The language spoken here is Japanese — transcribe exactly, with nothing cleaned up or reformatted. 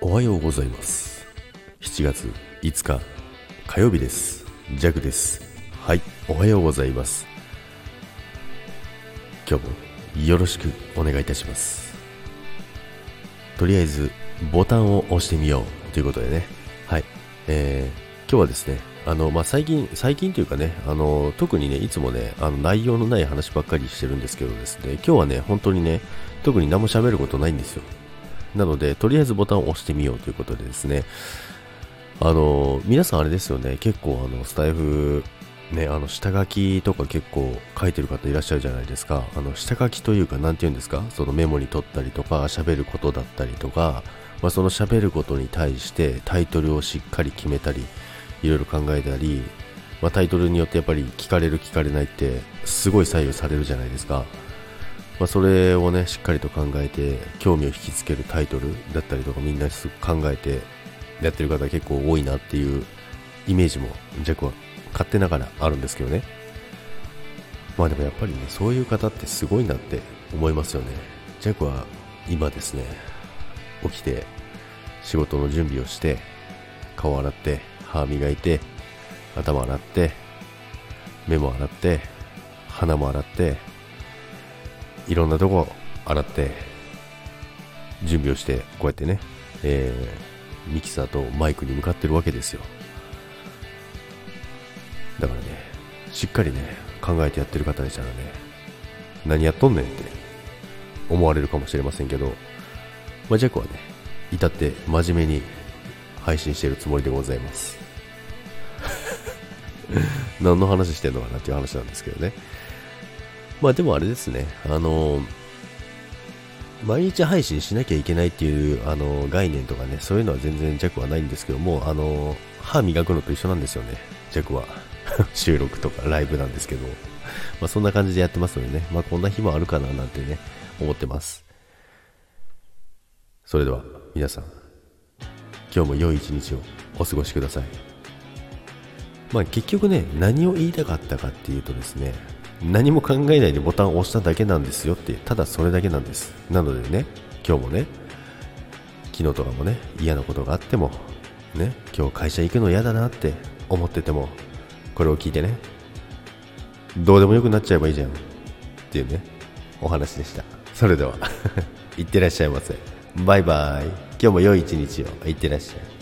おはようございます。しちがついつか火曜日です。ジャクです。はい、おはようございます。今日もよろしくお願いいたします。とりあえずボタンを押してみようということでね。はい、えー、今日はですね、あのまあ、最近最近というかね、あの特にね、いつもね、あの内容のない話ばっかりしてるんですけどですね、今日はね、本当にね、特に何も喋ることないんですよ。なので、とりあえずボタンを押してみようということでですね、あの皆さんあれですよね、結構あのスタイフね、あの下書きとか結構書いてる方いらっしゃるじゃないですか。あの下書きというか、なんていうんですか、そのメモに取ったりとか喋ることだったりとか、まあ、その喋ることに対してタイトルをしっかり決めたり、いろいろ考えたり、まあ、タイトルによってやっぱり聞かれる聞かれないってすごい左右されるじゃないですか。まあ、それをね、しっかりと考えて興味を引きつけるタイトルだったりとか、みんなすごく考えてやってる方結構多いなっていうイメージもジャクは勝手ながらあるんですけどね。まあでもやっぱりね、そういう方ってすごいなって思いますよね。ジャクは今ですね、起きて仕事の準備をして、顔洗って歯磨いて頭洗って目も洗って鼻も洗っていろんなとこ洗って準備をして、こうやってね、えー、ミキサーとマイクに向かってるわけですよ。だからね、しっかりね考えてやってる方でしたらね、何やっとんねんって思われるかもしれませんけど、まあ、ジャクはね、至って真面目に配信しているつもりでございます何の話してんのかなっていう話なんですけどね。まあでもあれですね、あの毎日配信しなきゃいけないっていうあの概念とかね、そういうのは全然ジャクはないんですけども、あの歯磨くのと一緒なんですよね、ジャクは収録とかライブなんですけど、まあそんな感じでやってますのでね、まあこんな日もあるかななんてね思ってます。それでは皆さん、今日も良い一日をお過ごしください。まあ結局ね、何を言いたかったかっていうとですね、何も考えないでボタンを押しただけなんですよって、ただそれだけなんです。なのでね、今日もね、昨日とかもね、嫌なことがあってもね、今日会社行くの嫌だなって思ってても、これを聞いてね、どうでもよくなっちゃえばいいじゃんっていうね、お話でした。それでは、いってらっしゃいませ。バイバイ。今日も良い一日を。いってらっしゃい。